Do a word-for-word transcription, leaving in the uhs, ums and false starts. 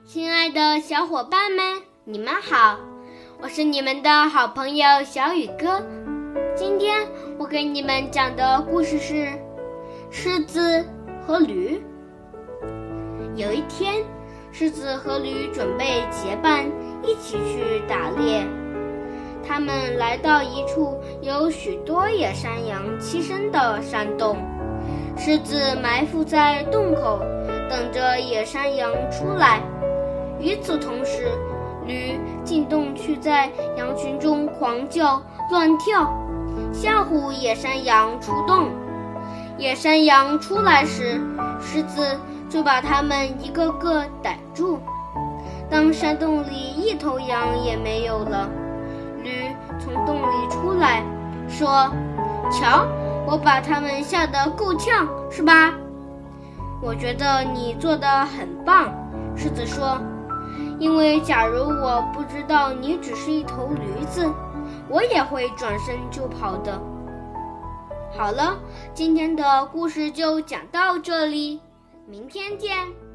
亲爱的小伙伴们，你们好，我是你们的好朋友小雨哥。今天我给你们讲的故事是狮子和驴。有一天，狮子和驴准备结伴一起去打猎。他们来到一处有许多野山羊栖身的山洞，狮子埋伏在洞口，等着野山羊出来。与此同时，驴进洞去，在羊群中狂叫乱跳，吓唬野山羊出洞。野山羊出来时，狮子就把它们一个个逮住。当山洞里一头羊也没有了，驴从洞里出来，说：“瞧，我把它们吓得够呛，是吧？”“我觉得你做得很棒。”狮子说，“因为假如我不知道你只是一头驴子，我也会转身就跑的。”好了，今天的故事就讲到这里，明天见。